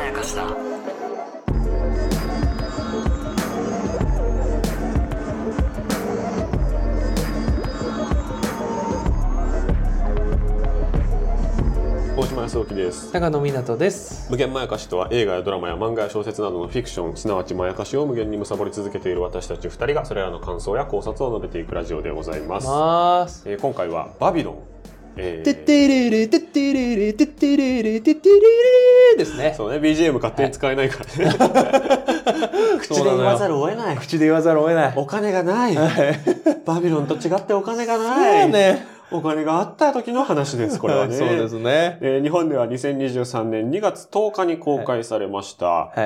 やかしだ。 大島康之です。 長野湊です。 無限まやかしとは、映画やドラマや漫画や小説などのフィクション、すなわちまやかしを無限に貪り続けている私たち2人がそれらの感想や考察を述べていくラジオでございます。今回はバビロン、 てってれれてってれれてってれれてってれれですね。 そうね、BGM 勝手に使えないからね。口で言わざるを得ない。 口で言わざるを得ない。 お金がない。バビロンと違ってお金がない。 そうね。 お金があった時の話です、これはね。 そうですね。 日本では2023年2月10日に公開されました。はい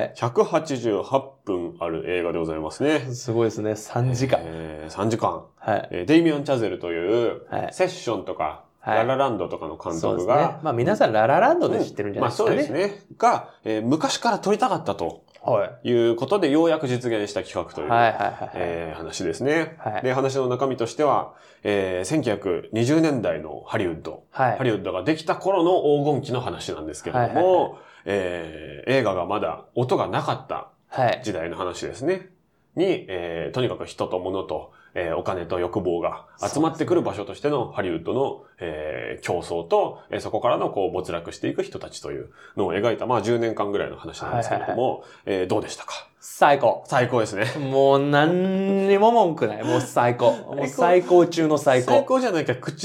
、188分ある映画でございますね。 すごいですね。3時間。 3時間。 はい、 デイミアン・チャゼルという、セッションとか、ララランドとかの監督が、 ね、まあ皆さんララランドで知ってるんじゃないですかね。 まあそうですね。が、昔から撮りたかったと。いうことでようやく実現した企画という話ですね。で、話の中身としては、1920年代のハリウッド。ハリウッドができた頃の黄金期の話なんですけれども、映画がまだ音がなかった時代の話ですね。に、とにかく人と物と、お金と欲望が集まってくる場所としてのハリウッドの、競争と、そこからのこう没落していく人たちというのを描いた、まあ10年間ぐらいの話なんですけれども、どうでしたか？ 最高。 最高ですね。 もう何にも文句ない。もう最高。もう最高中の最高。 最高じゃなきゃ口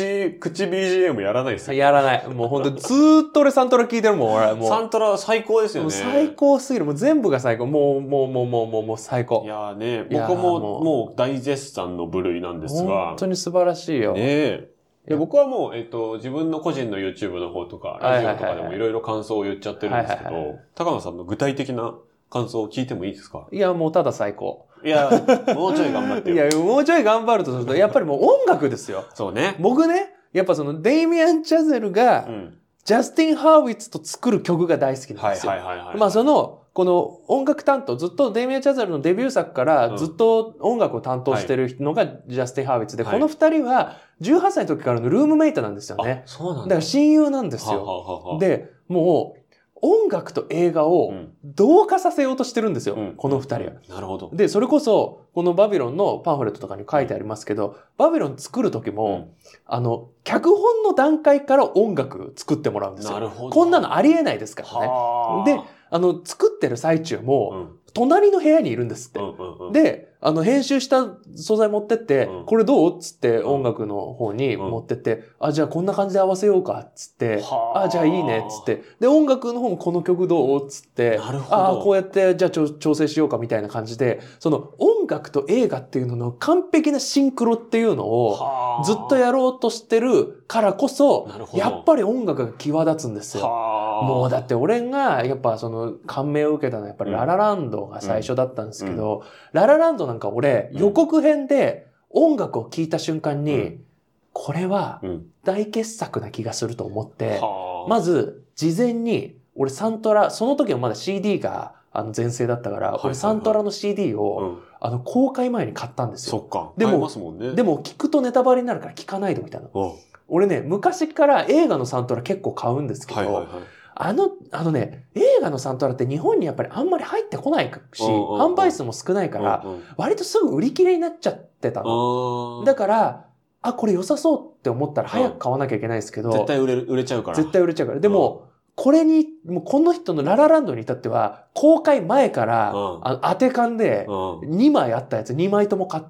BGM やらないですよ。 やらない。もうほんとずーっと俺サントラ聞いてるもん、俺。もうサントラ最高ですよね。 もう最高すぎる。もう全部が最高。もう最高。 いやーね、僕もう大絶賛の部類なんですが。 本当に素晴らしいよ。 ねえ。僕はもう、自分の個人の YouTube の方とか、ラジオとかでもいろいろ感想を言っちゃってるんですけど、高野さんの具体的な感想を聞いてもいいですか？ いや、もうただ最高。 いや、もうちょい頑張ってよ。 いや、もうちょい頑張るとすると、やっぱりもう音楽ですよ。 そうね。 僕ね、やっぱそのデイミアン・チャゼルが、ジャスティン・ハーウィッツと作る曲が大好きなんですよ。まあこの音楽担当、ずっとデイミアン・チャゼルのデビュー作からずっと音楽を担当してるのがジャスティン・ハーウィッツで、この二人は18歳の時からのルームメイトなんですよね。 そうなんだ。 だから親友なんですよ。で、もう音楽と映画を同化させようとしてるんですよ。この二人は。 なるほど。 で、それこそ、このバビロンのパンフレットとかに書いてありますけど、バビロン作る時も、脚本の段階から音楽作ってもらうんですよ。 なるほど。 こんなのありえないですからね。で、作ってる最中も、隣の部屋にいるんですって。で、編集した素材持ってって、これどうっつって音楽の方に持ってって、じゃあこんな感じで合わせようかっつって、じゃあいいねっつって、で、音楽の方もこの曲どうっつって、こうやってじゃあ調整しようかみたいな感じで、その音楽と映画っていうのの完璧なシンクロっていうのをずっとやろうとしてるからこそ、やっぱり音楽が際立つんですよ。もうだって俺がやっぱその感銘を受けたのはやっぱりララランドが最初だったんですけど、ララランドなんか俺予告編で音楽を聴いた瞬間に、これは大傑作な気がすると思って、まず事前に俺サントラ、その時はまだ CD が全盛だったから、俺サントラの CD を公開前に買ったんですよ。 そっか。でも聞くとネタバレになるから聞かないでみたいな。俺ね、昔から映画のサントラ結構買うんですけど、映画のサントラって日本にやっぱりあんまり入ってこないし、販売数も少ないから、割とすぐ売り切れになっちゃってたの。だから、これ良さそうって思ったら早く買わなきゃいけないですけど。 絶対売れちゃうから。 絶対売れちゃうから。でも、この人のララランドに至っては、公開前から、当て勘で、2枚あったやつ2枚とも買って、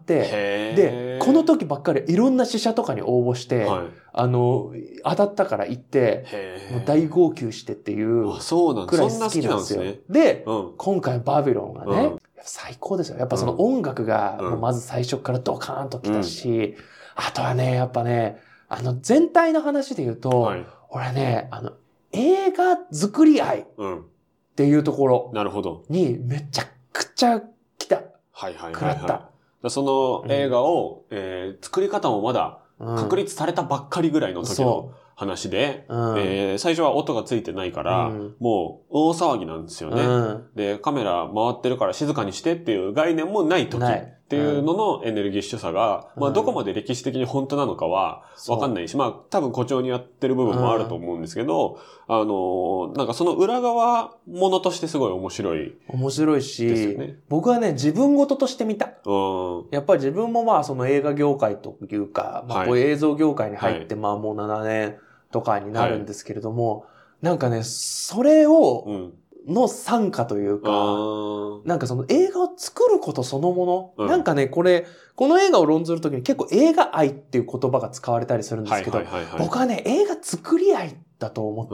で、この時ばっかりいろんな試写とかに応募して、当たったから行って、もう大号泣してっていうくらい好きなんですよ。で、今回バビロンがね、最高ですよ。やっぱその音楽が、まず最初からドカーンと来たし、あとはね、やっぱね、全体の話で言うと、俺ね、映画作り愛っていうところにめちゃくちゃ来た。食らった。 その映画を、作り方もまだ確立されたばっかりぐらいの時の話で、最初は音がついてないから、もう大騒ぎなんですよね。で、カメラ回ってるから静かにしてっていう概念もない時っていうののエネルギッシュさが、まあどこまで歴史的に本当なのかはわかんないし、まあ多分誇張にやってる部分もあると思うんですけど、なんかその裏側ものとしてすごい面白い。 面白いし、僕はね、自分事として見た。やっぱり自分もまあその映画業界というか、まあこういう映像業界に入ってまあもう7年とかになるんですけれども、なんかね、それを、の参加というか、なんかその映画を作ることそのもの、なんかね、この映画を論ずるときに結構映画愛っていう言葉が使われたりするんですけど、僕はね、映画作り愛だと思った。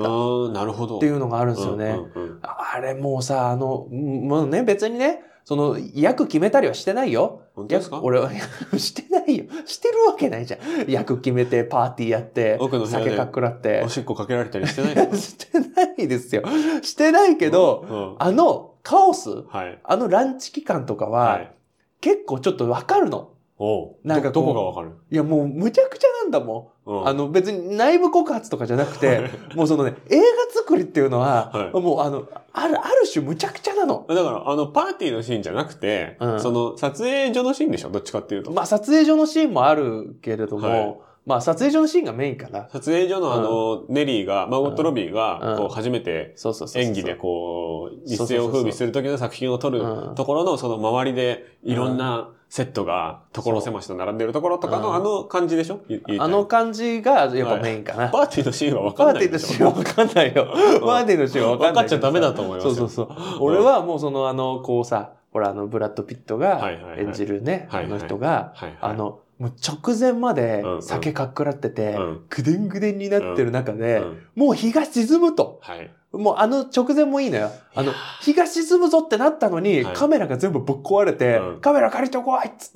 なるほど。っていうのがあるんですよね。あれもうさ、もうね、別にね、その、役決めたりはしてないよ。 本当ですか？ 俺は、してないよ。してるわけないじゃん。役決めて、パーティーやって、酒かっくらって。 おしっこかけられたりしてないですか？してないですよ。してないけど、カオス、あのランチ期間とかは、結構ちょっとわかるの。 なんかどこがわかる？ いやもうむちゃくちゃなんだもん。別に内部告発とかじゃなくて、もうそのね、映画作りっていうのは、もうある種むちゃくちゃなの。 だから、パーティーのシーンじゃなくて、その撮影所のシーンでしょ？どっちかっていうと。 まあ撮影所のシーンもあるけれども、まあ撮影所のシーンがメインかな。 撮影所のネリーが、マーゴット・ロビーが、こう初めて演技でこう、一世を風靡する時の作品を撮るところのその周りでいろんなセットが所狭しと並んでるところとかのあの感じでしょ？ あの感じがやっぱメインかな。 パーティーのシーンはわかんないでしょ？ パーティーのシーンはわかんないよ。パーティーのシーンはわかんない。 わかっちゃダメだと思いますよ。 そう。俺はもうそのこうさ、ほらブラッド・ピットが演じるね、あの人が、もう直前まで酒かっくらってて、ぐでんぐでんになってる中で、もう日が沈むと。もう直前もいいのよ。日が沈むぞってなったのに、カメラが全部ぶっ壊れて、カメラ借りてこいっつって、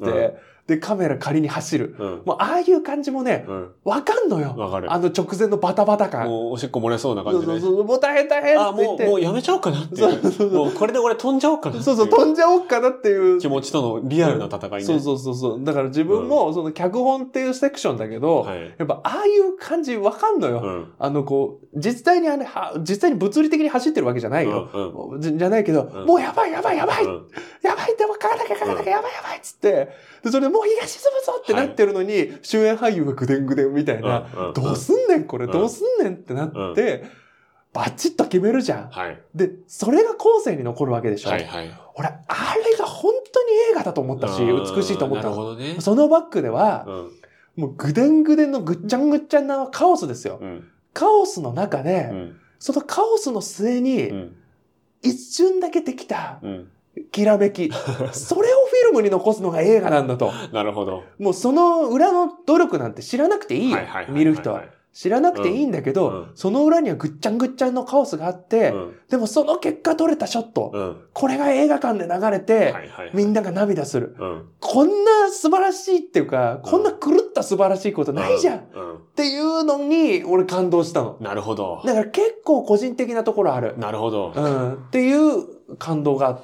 で、カメラ借りに走る。もう、ああいう感じもね、わかんのよ。 わかる。 直前のバタバタ感。 もう、おしっこ漏れそうな感じで。 もう大変って言って。 もうやめちゃおうかなっていう。もう、これで俺飛んじゃおうかなっていう。 飛んじゃおうかなっていう。 気持ちとのリアルな戦いね。 そう。だから自分も、その脚本っていうセクションだけど、やっぱ、ああいう感じわかんのよ。実際に物理的に走ってるわけじゃないよ。じゃないけど、もうやばいでも書かなきゃやばいっつって、で、それでもう日が沈むぞってなってるのに、主演俳優がぐでんぐでんみたいな、どうすんねんこれ、どうすんねんってなって、バチッと決めるじゃん。で、それが後世に残るわけでしょ。俺、あれが本当に映画だと思ったし、美しいと思ったの。そのバックでは、もうぐでんぐでんのぐっちゃんぐっちゃんなカオスですよ。カオスの中で、そのカオスの末に、一瞬だけできた、きらめき。それをフィルムに残すのが映画なんだと。 なるほど。 もうその裏の努力なんて知らなくていいよ。見る人は。知らなくていいんだけど、その裏にはぐっちゃんぐっちゃんのカオスがあって、でもその結果撮れたショット、これが映画館で流れて、みんなが涙する。こんな素晴らしいっていうか、こんな狂った素晴らしいことないじゃん。っていうのに、俺感動したの。 なるほど。 だから結構個人的なところある。 なるほど。 っていう感動があった。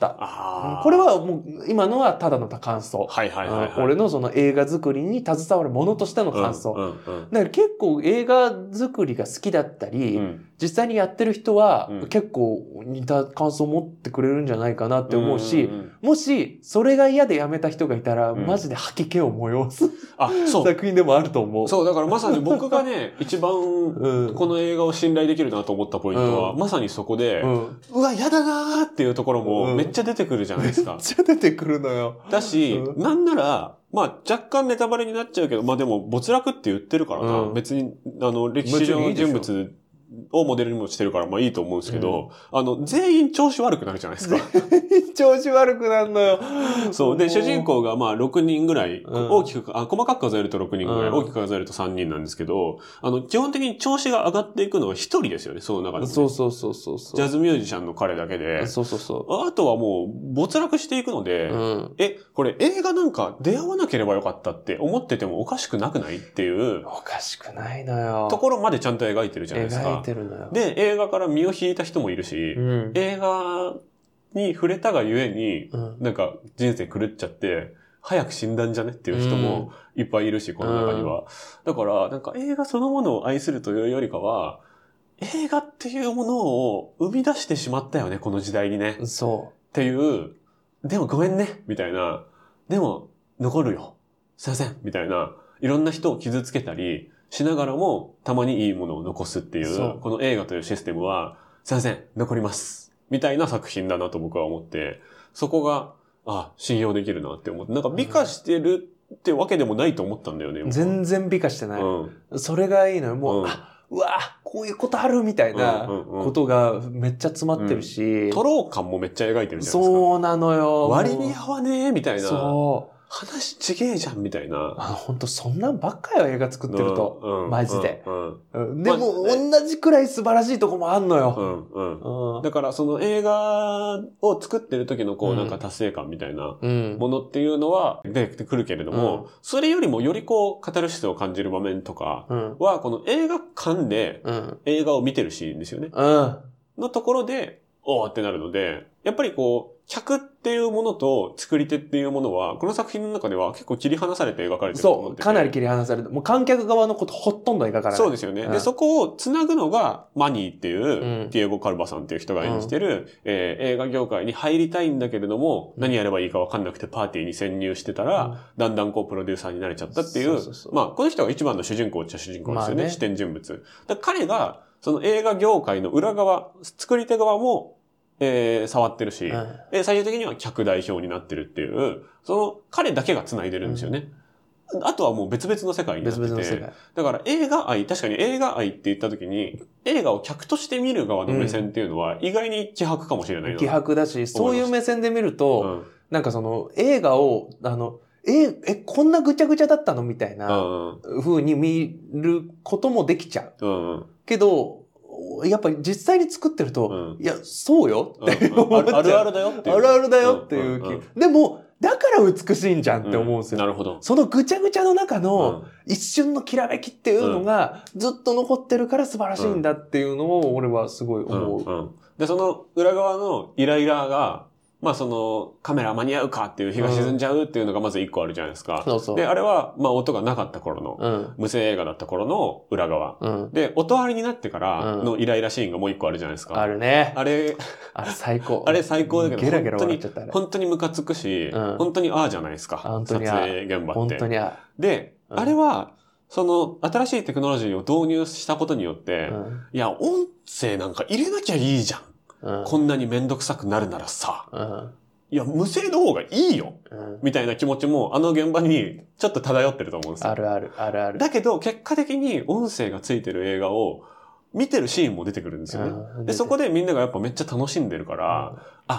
これはもう、今のはただの感想。俺のその映画作りに携わるものとしての感想。だから結構映画作りが好きだったり、実際にやってる人は結構似た感想を持ってくれるんじゃないかなって思うし、もしそれが嫌でやめた人がいたら、マジで吐き気を催す作品でもあると思う。 そう、だからまさに僕がね、一番この映画を信頼できるなと思ったポイントは、まさにそこで、うわ、嫌だなーっていうところもめっちゃ出てくるじゃないですか。 めっちゃ出てくるのよ。 だし、なんなら、まあ若干ネタバレになっちゃうけど、まあでも没落って言ってるからな。別に、歴史上の人物をモデルにもしてるからまあいいと思うんですけど、全員調子悪くなるじゃないですか。 全員調子悪くなるのよ。 そう。で、主人公がまあ6人ぐらい、大きく、細かく数えると6人ぐらい、大きく数えると3人なんですけど、基本的に調子が上がっていくのは1人ですよね、その中で、ね。そう。ジャズミュージシャンの彼だけで。あとはもう没落していくので、これ映画なんか出会わなければよかったって思っててもおかしくなくないっていう。 おかしくないのよ。 ところまでちゃんと描いてるじゃないですか。で、映画から身を引いた人もいるし、映画に触れたがゆえに、なんか人生狂っちゃって、 早く死んだんじゃねっていう人もいっぱいいるし、この中には。だから、なんか映画そのものを愛するというよりかは、映画っていうものを生み出してしまったよね、この時代にね。 そう。 っていう、でもごめんね、みたいな。でも、残るよ。すいません、みたいな。いろんな人を傷つけたりしながらも、たまにいいものを残すっていう、この映画というシステムは、すいません、残ります。みたいな作品だなと僕は思って、そこが、信用できるなって思って、なんか美化してるってわけでもないと思ったんだよね。 全然美化してない。それがいいのよ。もう、うわこういうことあるみたいなことがめっちゃ詰まってるし。 トロー感もめっちゃ描いてるじゃないですか。 そうなのよ。 割に合わねえみたいな。 そう。 話ちげえじゃんみたいな。 本当そんなんばっかよ、映画作ってると。マジで。でも、同じくらい素晴らしいとこもあんのよ。 だからその映画を作ってる時のこうなんか達成感みたいなものっていうのは出てくるけれども、それよりもよりこうカタルシスを感じる場面とかは、この映画館で映画を見てるシーンですよね。のところで、おーってなるので、やっぱりこう、客っていうものと作り手っていうものは、この作品の中では結構切り離されて描かれてると思ってて。 そう、かなり切り離されて、もう観客側のことほとんど描かない。 そうですよね。で、そこを繋ぐのが、マニーっていう、ディエゴ・カルバさんっていう人が演じてる、映画業界に入りたいんだけれども、何やればいいか分かんなくてパーティーに潜入してたら、だんだんこう、プロデューサーになれちゃったっていう、まあ、この人が一番の主人公っちゃ主人公ですよね。視点人物。だ彼が、その映画業界の裏側、作り手側も、触ってるし、最終的には客代表になってるっていう、その彼だけが繋いでるんですよね。あとはもう別々の世界になってて、だから映画愛、確かに映画愛って言った時に、映画を客として見る側の目線っていうのは意外に希薄かもしれないな。 希薄だし、そういう目線で見ると、なんかその映画を、こんなぐちゃぐちゃだったのみたいな風に見ることもできちゃう。けど、やっぱり実際に作ってると、いや、そうよって思っちゃう。 あるあるだよっていう。 あるあるだよっていう気。でも、だから美しいんじゃんって思うんですよ。 なるほど。 そのぐちゃぐちゃの中の一瞬のきらめきっていうのがずっと残ってるから素晴らしいんだっていうのを俺はすごい思う。 で、その裏側のイライラが、まあそのカメラ間に合うかっていう日が沈んじゃうっていうのがまず一個あるじゃないですか。で、あれはまあ音がなかった頃の、無声映画だった頃の裏側。で、音ありになってからのイライラシーンがもう一個あるじゃないですか。 あるね。 あれ最高。 あれ最高だけど、 ゲラゲラ笑っちゃった本当にムカつくし、本当にじゃないですか。撮影現場って。 本当にで、あれは、その新しいテクノロジーを導入したことによって、いや、音声なんか入れなきゃいいじゃん。こんなにめんどくさくなるならさ、いや、無声の方がいいよ、みたいな気持ちもあの現場にちょっと漂ってると思うんですよ。 あるある。 だけど、結果的に音声がついてる映画を見てるシーンも出てくるんですよね。で、そこでみんながやっぱめっちゃ楽しんでるから、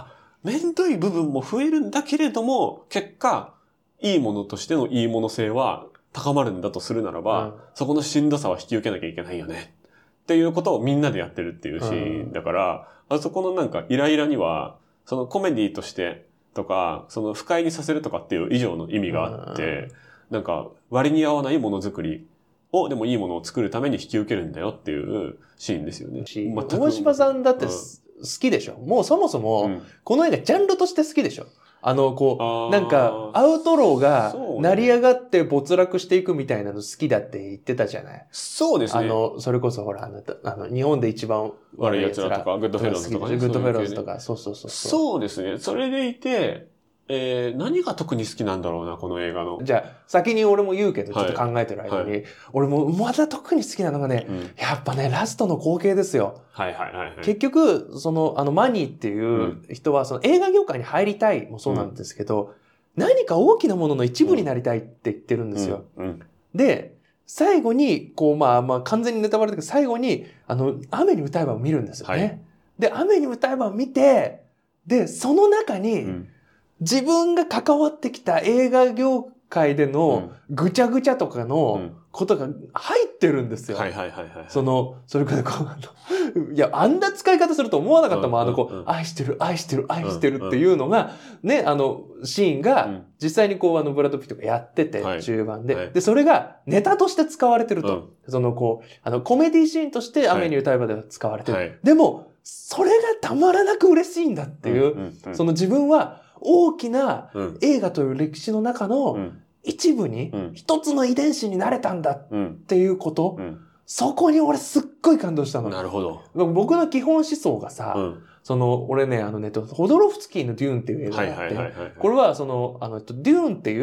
めんどい部分も増えるんだけれども、結果、いいものとしてのいいもの性は高まるんだとするならば、そこのしんどさは引き受けなきゃいけないよね。っていうことをみんなでやってるっていうシーンだから、あそこのなんかイライラには、そのコメディとしてとか、その不快にさせるとかっていう以上の意味があって、なんか割に合わないものづくりを、でもいいものを作るために引き受けるんだよっていうシーンですよね。 大島さんだって好きでしょ、もうそもそも、この映画ジャンルとして好きでしょ、なんか、アウトローが成り上がって没落していくみたいなの好きだって言ってたじゃない。 そうですね。 それこそほら、日本で一番悪い奴らとか、グッドフェローズとかね。 グッドフェローズとか、そう。 そうですね。それでいて、何が特に好きなんだろうな、この映画の。 じゃあ、先に俺も言うけど、ちょっと考えてる間に、俺もまだ特に好きなのがね、やっぱね、ラストの光景ですよ。結局、マニーっていう人は、その映画業界に入りたいもそうなんですけど、何か大きなものの一部になりたいって言ってるんですよ。で、最後に、完全にネタバレだけど、最後に、雨に歌えばを見るんですよね。で、雨に歌えばを見て、で、その中に、自分が関わってきた映画業界でのぐちゃぐちゃとかのことが入ってるんですよ。それからいや、あんな使い方すると思わなかったもん。愛してるっていうのが、ね、シーンが実際にブラッド・ピットがやってて、中盤で。で、それがネタとして使われてると。コメディシーンとして雨に歌えばで使われてる。でも、それがたまらなく嬉しいんだっていう、自分は、 大きな映画という歴史の中の一部に一つの遺伝子になれたんだっていうこと、そこに俺すっごい感動したの。 なるほど。 僕の基本思想がさ、俺ね、ホドロフスキーのデューンっていう映画があって、これはデューンっていう、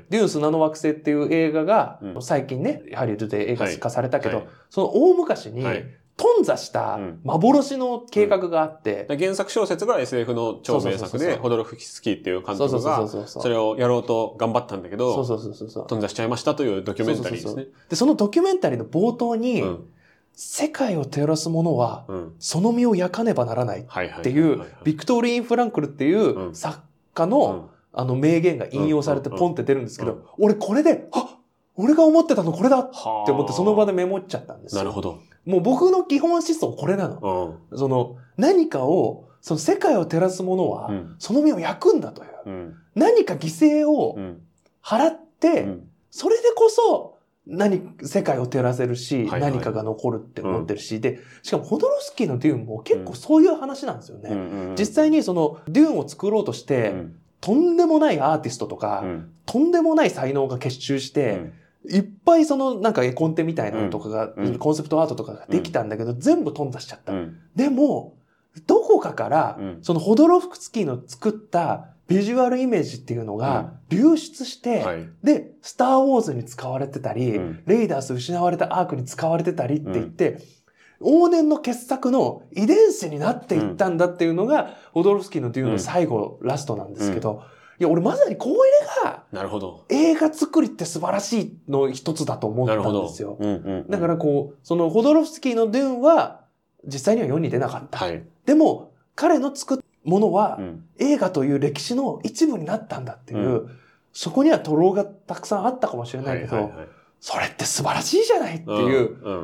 デューン砂の惑星っていう映画が、最近ね、ハリウッドで映画化されたけど、その大昔に、頓挫した幻の計画があって、 原作小説が SF の超名作で、ホドロフスキーっていう監督が、それをやろうと頑張ったんだけど、頓挫しちゃいましたというドキュメンタリーですね。 で、そのドキュメンタリーの冒頭に、世界を照らすものは、その身を焼かねばならないっていう、ビクトーリー・フランクルっていう作家の、名言が引用されてポンって出るんですけど、俺これで、俺が思ってたのこれだって思ってその場でメモっちゃったんですよ。 なるほど。 もう僕の基本思想これなの。何かを、世界を照らすものは、その身を焼くんだという。何か犠牲を払って、それでこそ、世界を照らせるし、何かが残るって思ってるし、で、しかもホドロフスキーのデューンも結構そういう話なんですよね。実際にデューンを作ろうとして、とんでもないアーティストとか、とんでもない才能が結集して、いっぱい絵コンテみたいなのとかが、コンセプトアートとかができたんだけど、全部頓挫しちゃった。でも、どこかから、ホドロフスキーの作ったビジュアルイメージっていうのが流出して、で、スターウォーズに使われてたり、レイダース失われたアークに使われてたりって言って、往年の傑作の遺伝子になっていったんだっていうのが、ホドロフスキーのデューンの最後、ラストなんですけど、いや、俺まさにこれが、映画作りって素晴らしいの一つだと思ったんですよ。だからホドロフスキーのデューンは、実際には世に出なかった。でも、彼の作ったものは、映画という歴史の一部になったんだっていう、そこには徒労がたくさんあったかもしれないけど、それって素晴らしいじゃないっていう。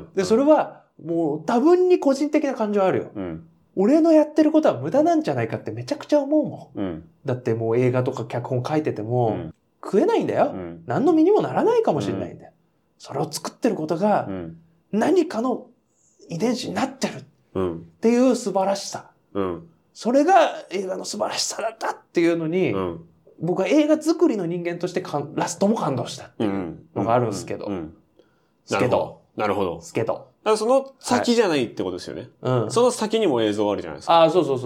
で、それは、もう多分に個人的な感情あるよ。俺のやってることは無駄なんじゃないかってめちゃくちゃ思うもん。だってもう映画とか脚本書いてても、食えないんだよ。何の身にもならないかもしれないんだよ。それを作ってることが、何かの遺伝子になってるっていう素晴らしさ。それが映画の素晴らしさだったっていうのに、僕は映画作りの人間としてラストも感動したっていうのがあるんですけど。 なるほど。 すけど。 その先じゃないってことですよね。その先にも映像あるじゃないですか。 ああ、そう。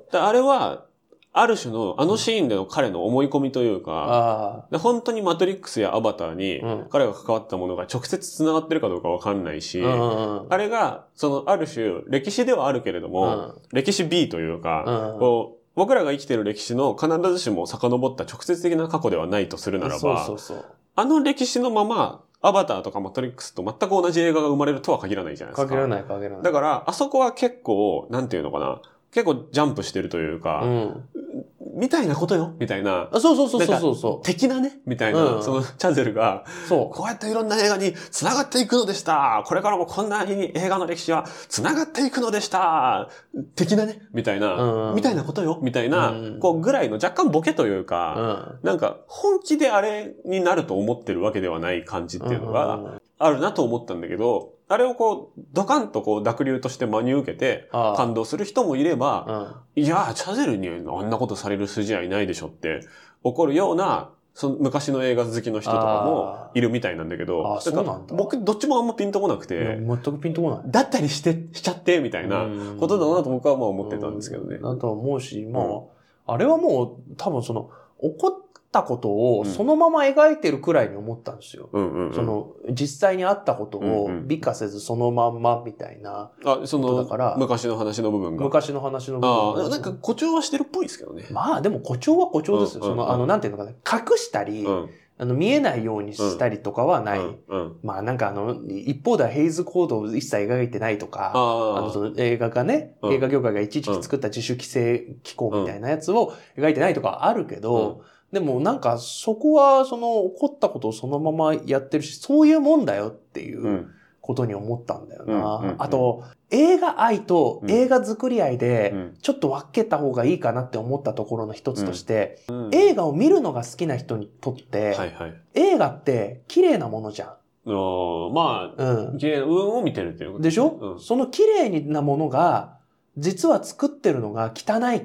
あれは、ある種の、シーンでの彼の思い込みというか、本当にマトリックスやアバターに、彼が関わったものが直接繋がってるかどうかわかんないし、あれが、ある種、歴史ではあるけれども、歴史 B というか、僕らが生きてる歴史の必ずしも遡った直接的な過去ではないとするならば、あの歴史のまま、アバターとかマトリックスと全く同じ映画が生まれるとは限らないじゃないですか。 限らない。 だから、あそこは結構、なんていうのかな。結構ジャンプしてるというか、みたいなことよみたいな。 そう。 的なねみたいな、チャゼルが、こうやっていろんな映画に繋がっていくのでしたこれからもこんなに映画の歴史は繋がっていくのでした的なねみたいな、みたいなことよみたいな、ぐらいの若干ボケというか、なんか、本気であれになると思ってるわけではない感じっていうのが、あるなと思ったんだけど、あれをドカンと濁流として真に受けて、感動する人もいれば、いや、チャゼルにあんなことされる筋合いないでしょって怒るような、昔の映画好きの人とかもいるみたいなんだけど、僕どっちもあんまピンとこなくて、 全くピンとこない。 だったりしちゃって、みたいなことだなと僕は思ってたんですけどね。 なんと思うし、あれはもう多分怒ったことをそのまま描いてるくらいに思ったんですよ。実際にあったことを美化せずそのまんまみたいな。 だから昔の話の部分が。 昔の話の部分が。 なんか誇張はしてるっぽいですけどね。 まあでも誇張は誇張ですよ。なんていうのかな。隠したり、見えないようにしたりとかはない。まあなんか一方ではヘイズコードを一切描いてないとか、映画がね、映画業界が一時期作った自主規制機構みたいなやつを描いてないとかはあるけど、でもなんかそこは起こったことをそのままやってるし、そういうもんだよっていうことに思ったんだよな。あと、映画愛と映画作り愛でちょっと分けた方がいいかなって思ったところの一つとして、映画を見るのが好きな人にとって、映画って綺麗なものじゃん。 綺麗な運を見てるっていうことでしょ？その綺麗なものが、実は作ってるのが汚いっ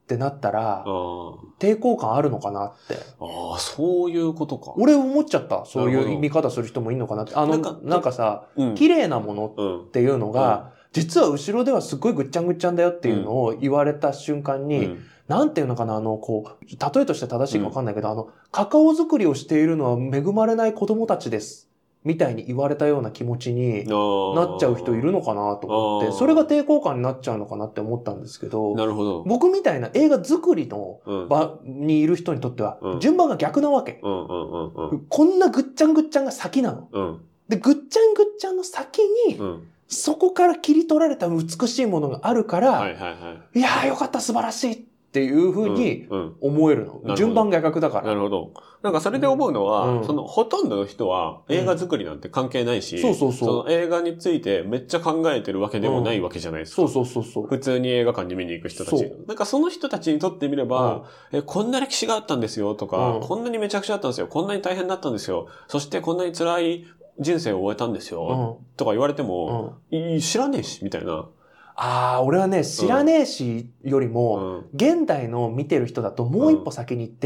ってなったら、抵抗感あるのかなって。 ああ、そういうことか。 俺思っちゃった。そういう見方する人もいいのかなって。なんかさ、綺麗なものっていうのが、実は後ろではすっごいぐっちゃんぐっちゃんだよっていうのを言われた瞬間に、なんていうのかな、例えとして正しいかわかんないけど、カカオ作りをしているのは恵まれない子供たちです。みたいに言われたような気持ちになっちゃう人いるのかなと思って、それが抵抗感になっちゃうのかなって思ったんですけど、 なるほど。 僕みたいな映画作りの場にいる人にとっては、順番が逆なわけ。こんなぐっちゃんぐっちゃんが先なの。で、ぐっちゃんぐっちゃんの先に、そこから切り取られた美しいものがあるから、いやーよかった素晴らしいっていう風に思えるの。順番が逆だから。 なるほど。なんかそれで思うのは、ほとんどの人は映画作りなんて関係ないし、その映画についてめっちゃ考えてるわけでもないわけじゃないですか。普通に映画館に見に行く人たち。なんかその人たちにとってみれば、こんな歴史があったんですよとか、こんなにめちゃくちゃあったんですよ。こんなに大変だったんですよ。そしてこんなに辛い人生を終えたんですよ。とか言われても、知らねえし、みたいな。 俺はね、知らねえしよりも、現代の見てる人だともう一歩先に行って、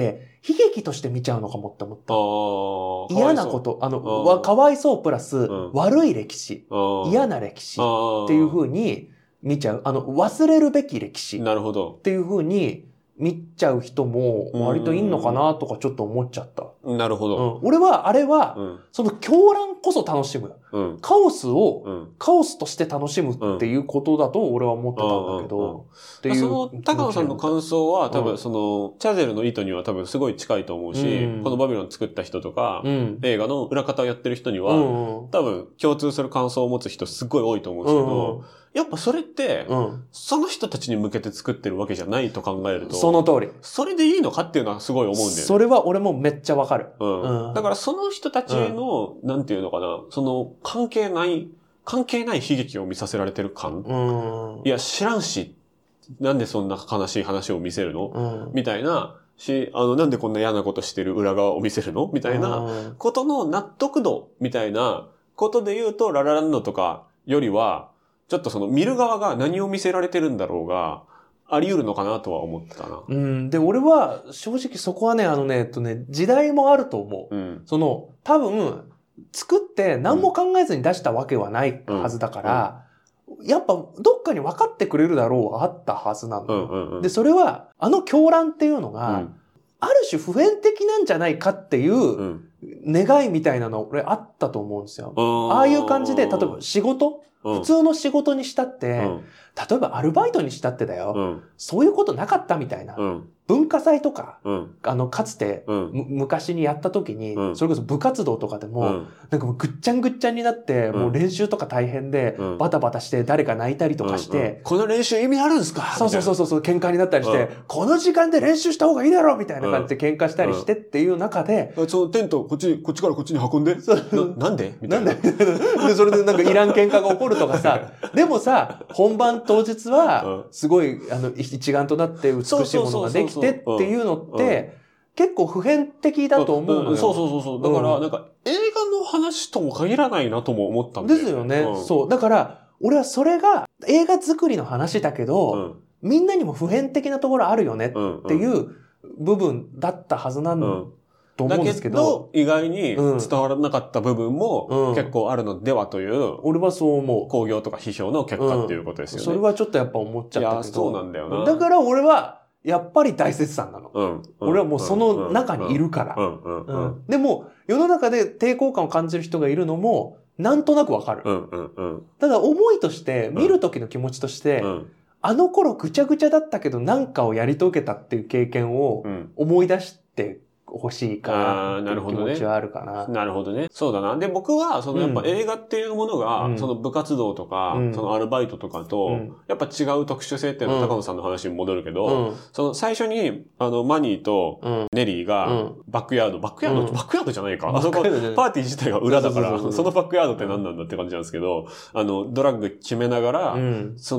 悲劇として見ちゃうのかもって思った。嫌なこと、かわいそうプラス、悪い歴史、嫌な歴史っていう風に見ちゃう。忘れるべき歴史っていう風に見ちゃう人も割といんのかなとかちょっと思っちゃった。 なるほど。 俺は、あれは、その狂乱こそ楽しむ。カオスを、カオスとして楽しむっていうことだと俺は思ってたんだけど。 その、高野さんの感想は多分その、チャゼルの意図には多分すごい近いと思うし、このバビロン作った人とか、映画の裏方をやってる人には、多分共通する感想を持つ人すごい多いと思うんですけど、やっぱそれって、その人たちに向けて作ってるわけじゃないと考えると、 その通り。 それでいいのかっていうのはすごい思うんだよね。 それは俺もめっちゃわかる。 だからその人たちの、なんていうのかな、その関係ない悲劇を見させられてる感。いや、知らんし、なんでそんな悲しい話を見せるのみたいな、なんでこんな嫌なことしてる裏側を見せるのみたいなことの納得度みたいなことで言うと、ララランドとかよりは、ちょっとその見る側が何を見せられてるんだろうが、あり得るのかなとは思ったな。 で、俺は正直そこはね、時代もあると思う。多分、作って何も考えずに出したわけはないはずだから、やっぱどっかに分かってくれるだろうはあったはずなの。で、それは、狂乱っていうのが、ある種普遍的なんじゃないかっていう願いみたいなの俺あったと思うんですよ。ああいう感じで、例えば仕事普通の仕事にしたって、例えばアルバイトにしたってだよ。そういうことなかったみたいな。文化祭とか、かつて、昔にやった時に、それこそ部活動とかでも、なんかもうぐっちゃんぐっちゃんになって、もう練習とか大変で、バタバタして誰か泣いたりとかして、 この練習意味あるんですかそう、喧嘩になったりして、この時間で練習した方がいいだろみたいな感じで喧嘩したりしてっていう中で、 そのテント、こっちからこっちに運んで。なんでみたいな。 で、それでなんかいらん喧嘩が起こるとかさ、でもさ、本番当日は、すごい、一丸となって美しいものができてっていうのって、結構普遍的だと思うのよ。 そう。だから、なんか、映画の話とも限らないなとも思ったんだよね。 ですよね。そう。だから、俺はそれが映画作りの話だけど、みんなにも普遍的なところあるよねっていう部分だったはずなんと思うんですけど。 意外に伝わらなかった部分も結構あるのではという、 俺はそう思う。 興行とか批評の結果っていうことですよね。 それはちょっとやっぱ思っちゃったけど。いや、 そうなんだよな。 だから俺は、やっぱり大絶賛なの。俺はもうその中にいるから。でも、世の中で抵抗感を感じる人がいるのも、なんとなくわかる。ただ思いとして、見る時の気持ちとして、あの頃ぐちゃぐちゃだったけどなんかをやり遂げたっていう経験を思い出して欲しいかなっていう気持ちはあるかな。 なるほどね。そうだな。で、僕は、やっぱ映画っていうものが、その部活動とか、そのアルバイトとかと、やっぱ違う特殊性っていうのは高野さんの話に戻るけど、その最初に、マニーとネリーが、バックヤードじゃないか。あそこ、パーティー自体が裏だから、そのバックヤードって何なんだって感じなんですけど、ドラッグ決めながら、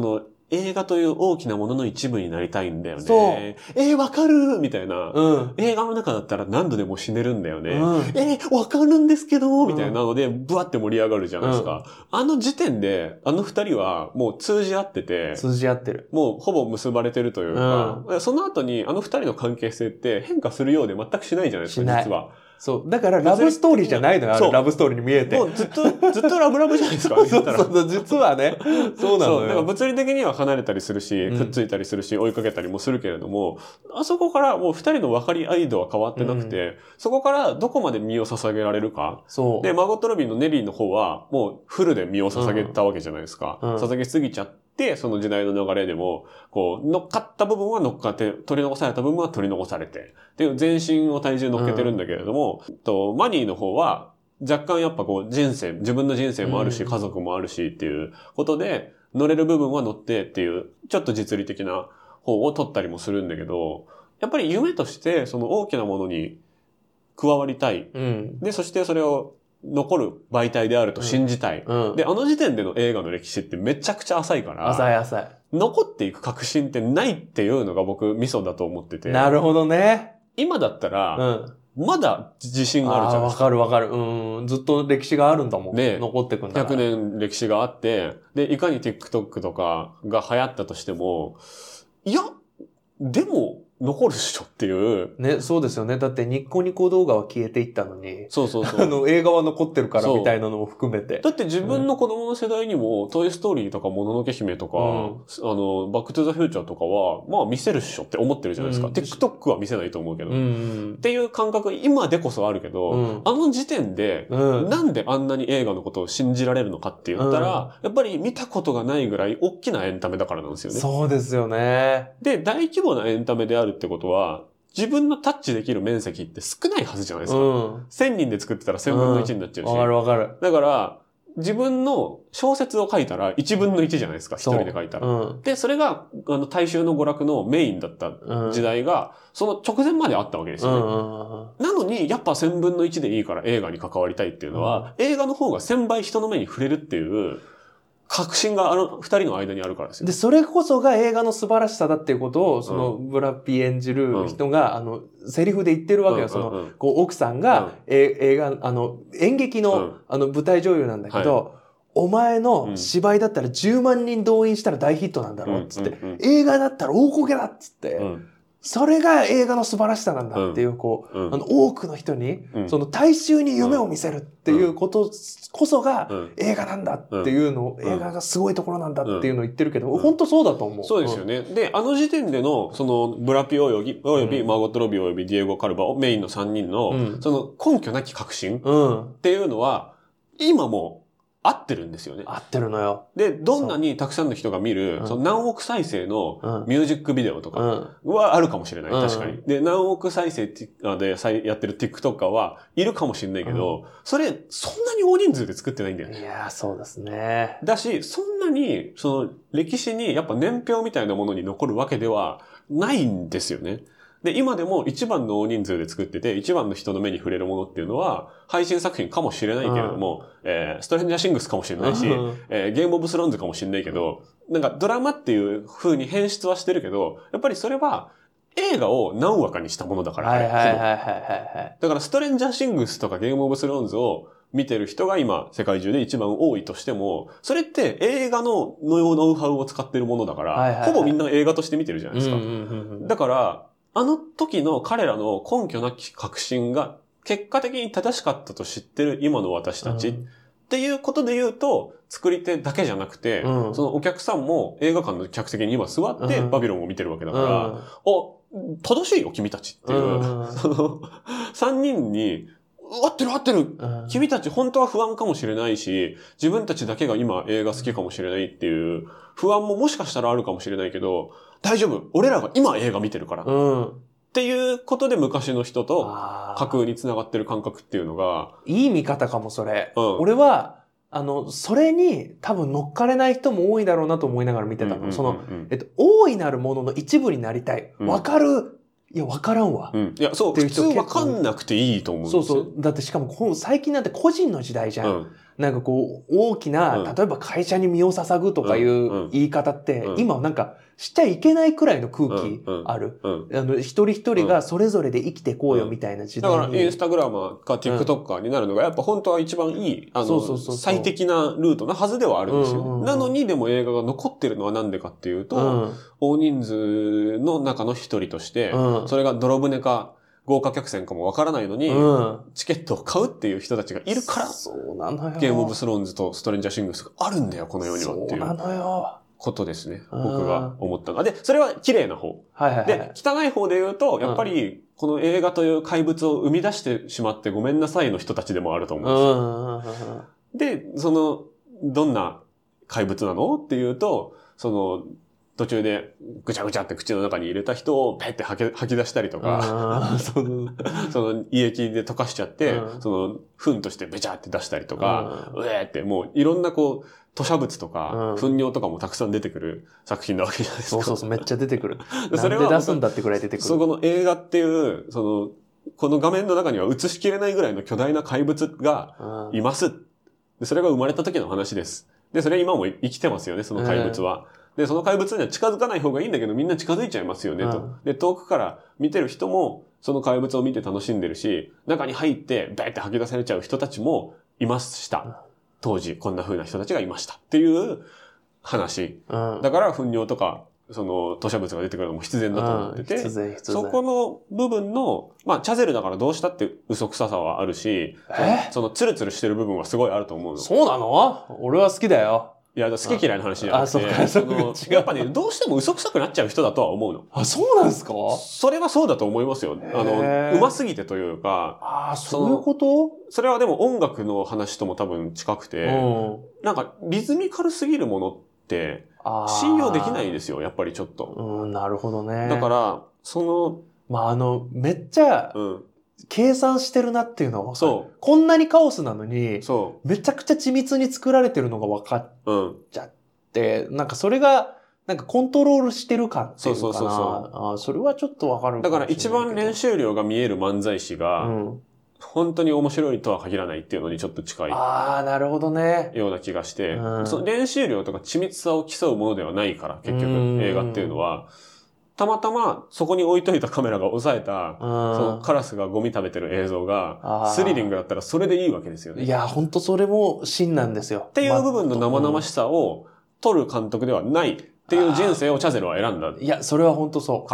映画という大きなものの一部になりたいんだよね。わかるみたいな、映画の中だったら何度でも死ねるんだよね。わかるんですけどみたいなので、ブワって盛り上がるじゃないですか。あの時点で、あの二人はもう通じ合ってて。 通じ合ってる。 もうほぼ結ばれてるというか、その後にあの二人の関係性って変化するようで全くしないじゃないですか、実は。 そう。だからラブストーリーじゃないのよ、あれラブストーリーに見えて。 もうずっとラブラブじゃないですか。 そう、実はね。そうなのよ。 だから物理的には離れたりするし、くっついたりするし、追いかけたりもするけれども、あそこからもう二人の分かり合い度は変わってなくて、そこからどこまで身を捧げられるか。そう。で、マーゴット・ロビーのネリーの方は、もうフルで身を捧げたわけじゃないですか。捧げすぎちゃって、その時代の流れでも、こう、乗っかった部分は乗っかって、取り残された部分は取り残されて、っていう全身を体重乗っけてるんだけれども、マニーの方は、若干やっぱこう自分の人生もあるし、家族もあるしっていうことで、乗れる部分は乗ってっていう、ちょっと実利的な方を取ったりもするんだけど、やっぱり夢としてその大きなものに加わりたい。で、そしてそれを残る媒体であると信じたい。で、あの時点での映画の歴史ってめちゃくちゃ浅いから。 浅い。 残っていく確信ってないっていうのが僕、ミソだと思ってて。 なるほどね。 今だったら、まだ自信があるじゃないですか。 わかる。ずっと歴史があるんだもん。ね。残ってくんだから。100年歴史があって、で、いかに TikTok とかが流行ったとしても、いや、でも、残るっしょっていう。 ね、そうですよね。だってニコニコ動画は消えていったのに。 そう。 映画は残ってるからみたいなのも含めて。 だって自分の子供の世代にも、トイストーリーとかもののけ姫とか、バックトゥザフューチャーとかは、まあ見せるっしょって思ってるじゃないですか。TikTok は見せないと思うけど。っていう感覚、今でこそあるけど、あの時点で、なんであんなに映画のことを信じられるのかって言ったら、やっぱり見たことがないぐらい大きなエンタメだからなんですよね。 そうですよね。 で、大規模なエンタメであるってことは、自分のタッチできる面積って少ないはずじゃないですか。1000人で作ってたら1000分の1になっちゃうし。 わかる。 だから、自分の小説を書いたら1分の1じゃないですか、一人で書いたら。で、それが、大衆の娯楽のメインだった時代が、その直前まであったわけですよね。なのに、やっぱ1000分の1でいいから映画に関わりたいっていうのは、映画の方が1000倍人の目に触れるっていう、確信が二人の間にあるからですよ。 で、それこそが映画の素晴らしさだっていうことを、そのブラピ演じる人が、セリフで言ってるわけよ。奥さんが、映画、演劇の、舞台女優なんだけど、お前の芝居だったら10万人動員したら大ヒットなんだろうっつって、映画だったら大こけだっつって、それが映画の素晴らしさなんだっていう、多くの人に、その大衆に夢を見せるっていうことこそが映画なんだっていうのを、映画がすごいところなんだっていうのを言ってるけど、本当そうだと思う。 そうですよね。で、あの時点での、その、ブラピおよびマーゴット・ロビーおよびディエゴ・カルバをメインの3人の、その根拠なき確信っていうのは、今も、合ってるんですよね。 合ってるのよ。 で、どんなにたくさんの人が見る、その何億再生のミュージックビデオとかはあるかもしれない。確かに。で、何億再生でやってる TikToker はいるかもしれないけど、そんなに大人数で作ってないんだよね。 いやー、そうですね。 だし、そんなに、その歴史にやっぱ年表みたいなものに残るわけではないんですよね。で、今でも一番の大人数で作ってて、一番の人の目に触れるものっていうのは、配信作品かもしれないけれども、ストレンジャーシングスかもしれないし、ゲームオブスローンズかもしれないけど、なんかドラマっていう風に変質はしてるけど、やっぱりそれは映画を何話かにしたものだから。だからストレンジャーシングスとかゲームオブスローンズを見てる人が今世界中で一番多いとしても、それって映画のノウハウを使ってるものだから、ほぼみんな映画として見てるじゃないですか。だから、あの時の彼らの根拠なき確信が結果的に正しかったと知ってる今の私たちっていうことで言うと、作り手だけじゃなくて、そのお客さんも映画館の客席に今座ってバビロンを見てるわけだから、正しいよ君たちっていう、その3人に合ってる、君たち本当は不安かもしれないし、自分たちだけが今映画好きかもしれないっていう不安ももしかしたらあるかもしれないけど、大丈夫。俺らが今映画見てるから。っていうことで昔の人と架空に繋がってる感覚っていうのが。 いい見方かも、それ。俺は、それに多分乗っかれない人も多いだろうなと思いながら見てたの。大いなるものの一部になりたい。わかる。いや、わからんわ。 いや、そう、普通わかんなくていいと思うんですよ。 そう。だってしかも最近なんて個人の時代じゃん。 なんかこう、大きな、例えば会社に身を捧ぐとかいう言い方って、今なんかしちゃいけないくらいの空気ある。一人一人がそれぞれで生きてこうよみたいな時代に。 だからインスタグラマーか TikToker になるのがやっぱ本当は一番いい、最適なルートなはずではあるんですよ。なのにでも映画が残ってるのはなんでかっていうと、大人数の中の一人として、それが泥船か、豪華客船かもわからないのに、チケットを買うっていう人たちがいるから、 そうなのよ。 ゲームオブスローンズとストレンジャーシングスがあるんだよ、この世にはっていう。 そうなのよ。 ことですね。僕が思ったのは。で、それは綺麗な方。で、汚い方で言うと、やっぱり、この映画という怪物を生み出してしまってごめんなさいの人たちでもあると思うんですよ。で、どんな怪物なのっていうと、途中でぐちゃぐちゃって口の中に入れた人をペッて吐き出したりとか、胃液で溶かしちゃって、糞としてベチャって出したりとか、うえーってもういろんな吐砂物とか、糞尿とかもたくさん出てくる作品なわけじゃないですか。 そう、めっちゃ出てくる。それはなんで出すんだってくらい出てくる。 そこの映画っていう、この画面の中には映しきれないぐらいの巨大な怪物がいます。でそれが生まれた時の話です。で、それ今も生きてますよね、その怪物は。で、その怪物には近づかない方がいいんだけど、みんな近づいちゃいますよね、と。で、遠くから見てる人も、その怪物を見て楽しんでるし、中に入って、ベーって吐き出されちゃう人たちもいました。当時、こんな風な人たちがいました。っていう話。だから、糞尿とか、吐砂物が出てくるのも必然だと思ってて、そこの部分の、チャゼルだからどうしたって嘘くささはあるし、ツルツルしてる部分はすごいあると思うの。 そうなの？俺は好きだよ。 いや、好き嫌いの話じゃなくて、やっぱね、どうしても嘘くさくなっちゃう人だとは思うの。 あ、そうなんですか？ それはそうだと思いますよ。うますぎてというか。 そういうこと？ それはでも音楽の話とも多分近くて、なんかリズミカルすぎるものって、信用できないですよ、やっぱりちょっと。 なるほどね。 だから、 めっちゃ、計算してるなっていうのはこんなにカオスなのに、めちゃくちゃ緻密に作られてるのが分かっちゃって、なんかそれが、なんかコントロールしてる感っていうかな。それはちょっと分かる。 だから一番練習量が見える漫才師が、本当に面白いとは限らないっていうのにちょっと近い。 なるほどね。 ような気がして、その練習量とか緻密さを競うものではないから、結局映画っていうのは、たまたまそこに置いといたカメラが抑えた、そのカラスがゴミ食べてる映像が、スリリングだったらそれでいいわけですよね。 いや、本当それも真なんですよ。 っていう部分の生々しさを撮る監督ではないっていう人生をチャゼルは選んだ。 いや、それは本当そう。 から、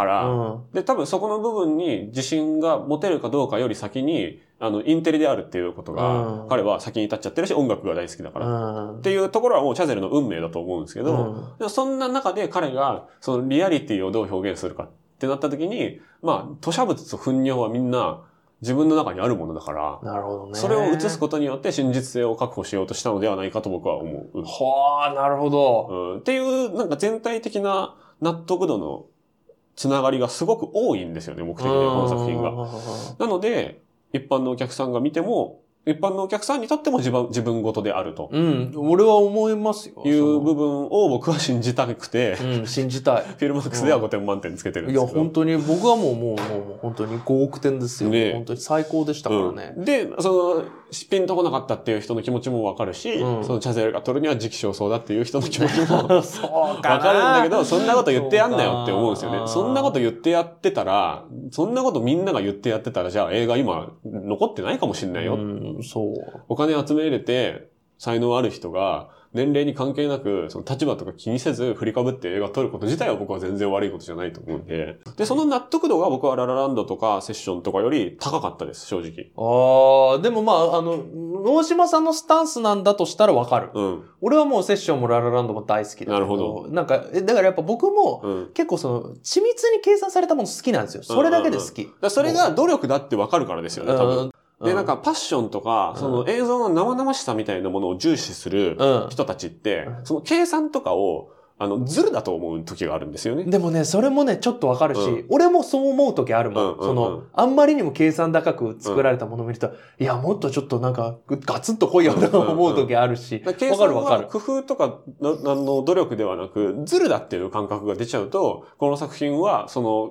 で、多分そこの部分に自信が持てるかどうかより先に、インテリであるっていうことが、彼は先に立っちゃってるし、音楽が大好きだから。っていうところはもうチャゼルの運命だと思うんですけど、でもそんな中で彼が、そのリアリティをどう表現するかってなった時に、吐砂物と糞尿はみんな自分の中にあるものだから、 なるほどね。 それを映すことによって真実性を確保しようとしたのではないかと僕は思う。 はあ、なるほど。 っていう、なんか全体的な納得度のつながりがすごく多いんですよね、目的で、この作品が。なので、一般のお客さんが見ても、一般のお客さんにとっても自分ごとであると。 俺は思いますよ。 いう部分を僕は信じたくて。 信じたい。 フィルマックスでは5点満点つけてるんですけど。 いや、本当に、僕はもう本当に5億点ですよ。ね、本当に最高でしたからね。 で、ピンとこなかったっていう人の気持ちもわかるし、そのチャゼルが取るには時期尚早だっていう人の気持ちもわかるんだけど、そんなこと言ってやんなよって思うんですよね。そんなこと言ってやってたら、そんなことみんなが言ってやってたら、じゃあ映画今残ってないかもしんないよ。お金集めれて、才能ある人が、年齢に関係なく、その立場とか気にせず振りかぶって映画撮ること自体は僕は全然悪いことじゃないと思うんで。で、その納得度が僕はララランドとかセッションとかより高かったです、正直。 でも大島さんのスタンスなんだとしたらわかる。俺はもうセッションもララランドも大好きだけど。 なるほど。 なんか、だからやっぱ僕も、結構緻密に計算されたもの好きなんですよ。それだけで好き。 それが努力だってわかるからですよね、多分。で、なんかパッションとか、その映像の生々しさみたいなものを重視する人たちって、その計算とかを、ズルだと思う時があるんですよね。 でもね、それもね、ちょっとわかるし、俺もそう思う時あるもん。あんまりにも計算高く作られたものを見ると、いや、もっとちょっとなんか、ガツンと来いよと思う時あるし、わかるわかる。 工夫とかの努力ではなく、ズルだっていう感覚が出ちゃうと、この作品は、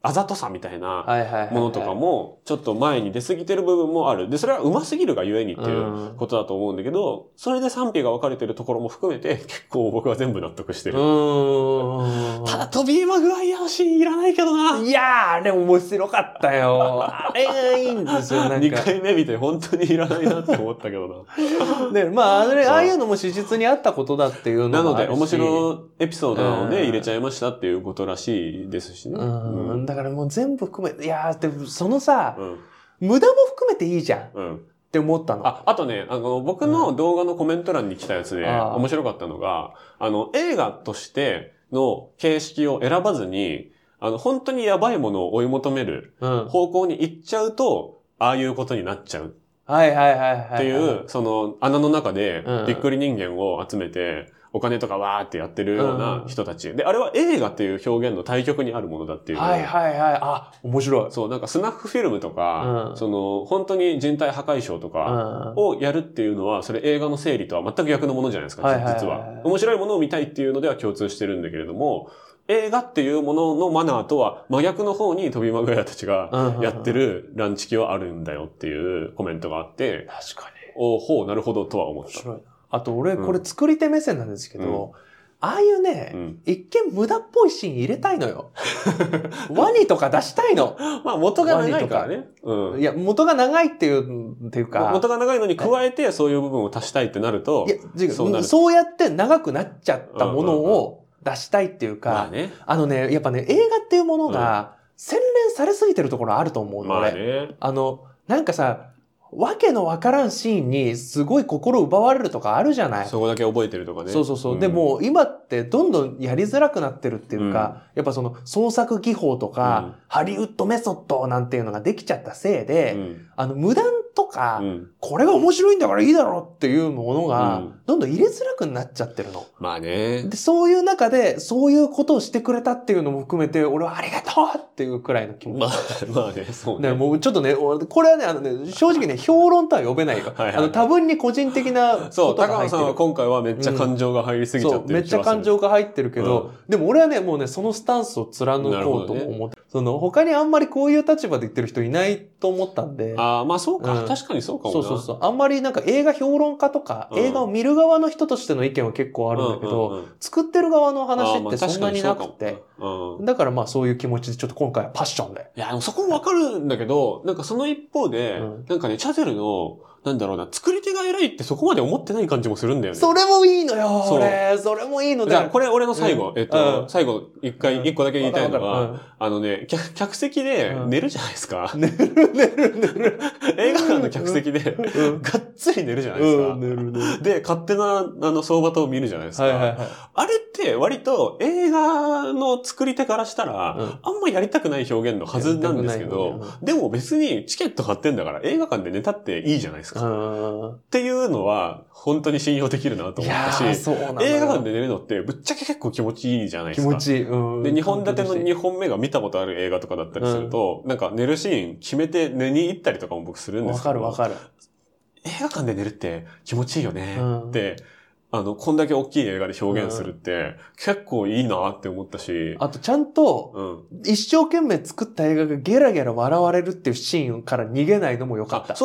あざとさみたいなものとかも、ちょっと前に出過ぎてる部分もある。で、それは上手すぎるがゆえにっていうことだと思うんだけど、それで賛否が分かれてるところも含めて、結構僕は全部納得してる。ただ、トビー・マグワイアのシーンいらないけどな。 いやー、あれ面白かったよ。あれがいいんですよ、なんか。 2回目見て本当にいらないなって思ったけどな。で、まあ、ああいうのも史実にあったことだっていうのもあるし。 なので、面白いエピソードなので入れちゃいましたっていうことらしいですしね。 だからもう全部含め、いやー、でそのさ、無駄も含めていいじゃん。って思ったの。 あとね、僕の動画のコメント欄に来たやつで面白かったのが、映画としての形式を選ばずに、本当にやばいものを追い求める方向に行っちゃうと、ああいうことになっちゃう。っていう、その穴の中でびっくり人間を集めて、お金とかわーってやってるような人たち。で、あれは映画っていう表現の対極にあるものだっていう。 あ、面白い。 そう、なんかスナックフィルムとか、その、本当に人体破壊ショーとかをやるっていうのは、それ映画の整理とは全く逆のものじゃないですか、実は。面白いものを見たいっていうのでは共通してるんだけれども、映画っていうもののマナーとは真逆の方にトビー・マグワイアたちがやってるランチキはあるんだよっていうコメントがあって、 確かに。 ほう、なるほどとは思った。面白い。 あと俺、これ作り手目線なんですけど、ああいうね、一見無駄っぽいシーン入れたいのよ。ワニとか出したいの。 まあ元が長いからね。 いや、元が長いっていうか。 元が長いのに加えてそういう部分を足したいってなると。 いや、そうやって長くなっちゃったものを出したいっていうか、やっぱね、映画っていうものが洗練されすぎてるところあると思うのね。なんかさ、わけのわからんシーンにすごい心奪われるとかあるじゃない。 そこだけ覚えてるとかね。 そう。でも今ってどんどんやりづらくなってるっていうか、やっぱその創作技法とか、ハリウッドメソッドなんていうのができちゃったせいで、無断とか、これが面白いんだからいいだろうっていうものが、どんどん入れづらくなっちゃってるの。 まあね。 で、そういう中で、そういうことをしてくれたっていうのも含めて、俺はありがとうっていうくらいの気持ち。 まあね、そうね。 もうちょっとね、これはね、正直ね、評論とは呼べないよ。多分に個人的なことが入ってる。 そう、高野さんは今回はめっちゃ感情が入りすぎちゃってる。 めっちゃ感情が入ってるけど、でも俺はね、もうね、そのスタンスを貫こうと思って、他にあんまりこういう立場で言ってる人いないと思ったんで。 ああ、まあそうか。確かにそうかもな。 そう。あんまりなんか映画評論家とか、映画を見る側の人としての意見は結構あるんだけど、作ってる側の話ってそんなになくて。だからまあそういう気持ちでちょっと今回はパッションで。 いや、そこもわかるんだけど、なんかその一方で、なんかね、チャゼルの、なんだろうな、作り手が偉いってそこまで思ってない感じもするんだよね。 それもいいのよ、それもいいのじゃあ、これ俺の最後、最後、一個だけ言いたいのは、客席で寝るじゃないですか。 寝る。 映画館の客席で、がっつり寝るじゃないですか。で、勝手な、相場とを見るじゃないですか。あれって割と映画の作り手からしたら、あんまやりたくない表現のはずなんですけど、でも別にチケット買ってんだから映画館で寝たっていいじゃないですか。っていうのは本当に信用できるなと思ったし、映画館で寝るのってぶっちゃけ結構気持ちいいじゃないですか。 気持ちいい。 で、2本立ての2本目が見たことある映画とかだったりすると、なんか寝るシーン決めて寝に行ったりとかも僕するんですけど。 わかる。 映画館で寝るって気持ちいいよねって、こんだけ大きい映画で表現するって、結構いいなって思ったし。 あとちゃんと、一生懸命作った映画がゲラゲラ笑われるっていうシーンから逃げないのも良かった。 そう。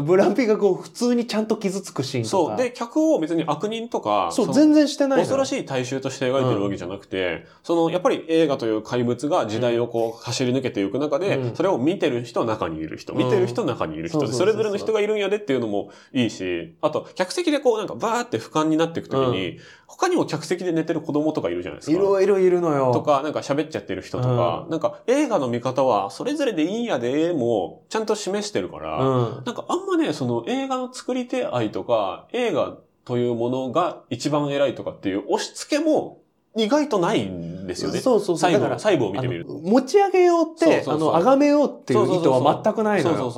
ブラピが普通にちゃんと傷つくシーンとか。 そう。で、客を別に悪人とか、 全然してないの。 恐ろしい大衆として描いてるわけじゃなくて、やっぱり映画という怪物が時代を走り抜けていく中で、それを見てる人、中にいる人、見てる人、中にいる人で、それぞれの人がいるんやでっていうのもいいし、あと、客席でなんかバーって俯瞰になっていくときに、他にも客席で寝てる子供とかいるじゃないですか。 いろいろいるのよ。 とか、なんか喋っちゃってる人とか、なんか映画の見方はそれぞれでいいんやでもちゃんと示してるから、なんかあんまね、映画の作り手愛とか、映画というものが一番偉いとかっていう押し付けも意外とないんですよね。 そう。 細部を見てみると。 持ち上げようって、崇めようっていう意図は全くないのよ。あれ。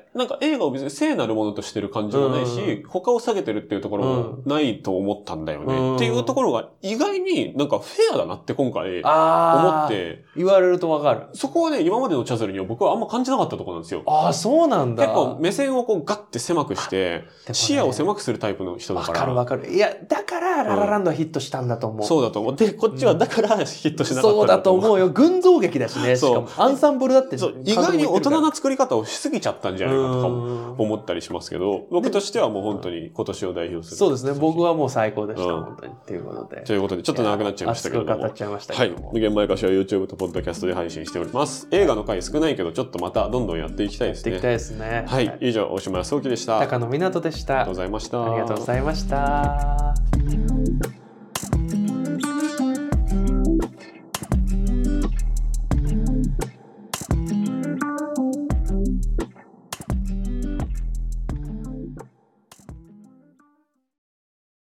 なんか映画を別に聖なるものとしてる感じもないし、他を下げてるっていうところもないと思ったんだよね。っていうところが意外になんかフェアだなって今回思って。 言われるとわかる。 そこはね、今までのチャズルには僕はあんま感じなかったところなんですよ。 そうなんだ。 結構目線をこうガッて狭くして、視野を狭くするタイプの人だから。 わかる。いや、だからララランドはヒットしたんだと思う。 そうだと思う。で、こっちはだからヒットしなかったんだと思う。 そうだと思うよ。群像劇だしね。しかもアンサンブルだって。 意外に大人な作り方をしすぎちゃったんじゃないかとかも思ったりしますけど、僕としてはもう本当に今年を代表する。 そうですね。僕はもう最高でした。本当に。っていうことで。 ということで、ちょっと長くなっちゃいましたけども。 熱く語っちゃいましたけども。 はい。無限前歌詞は YouTube と Podcast で配信しております。映画の回少ないけど、ちょっとまたどんどんやっていきたいですね。 やっていきたいですね。 はい。以上、大島康之でした。 高野湊でした。 ありがとうございました。 ありがとうございました。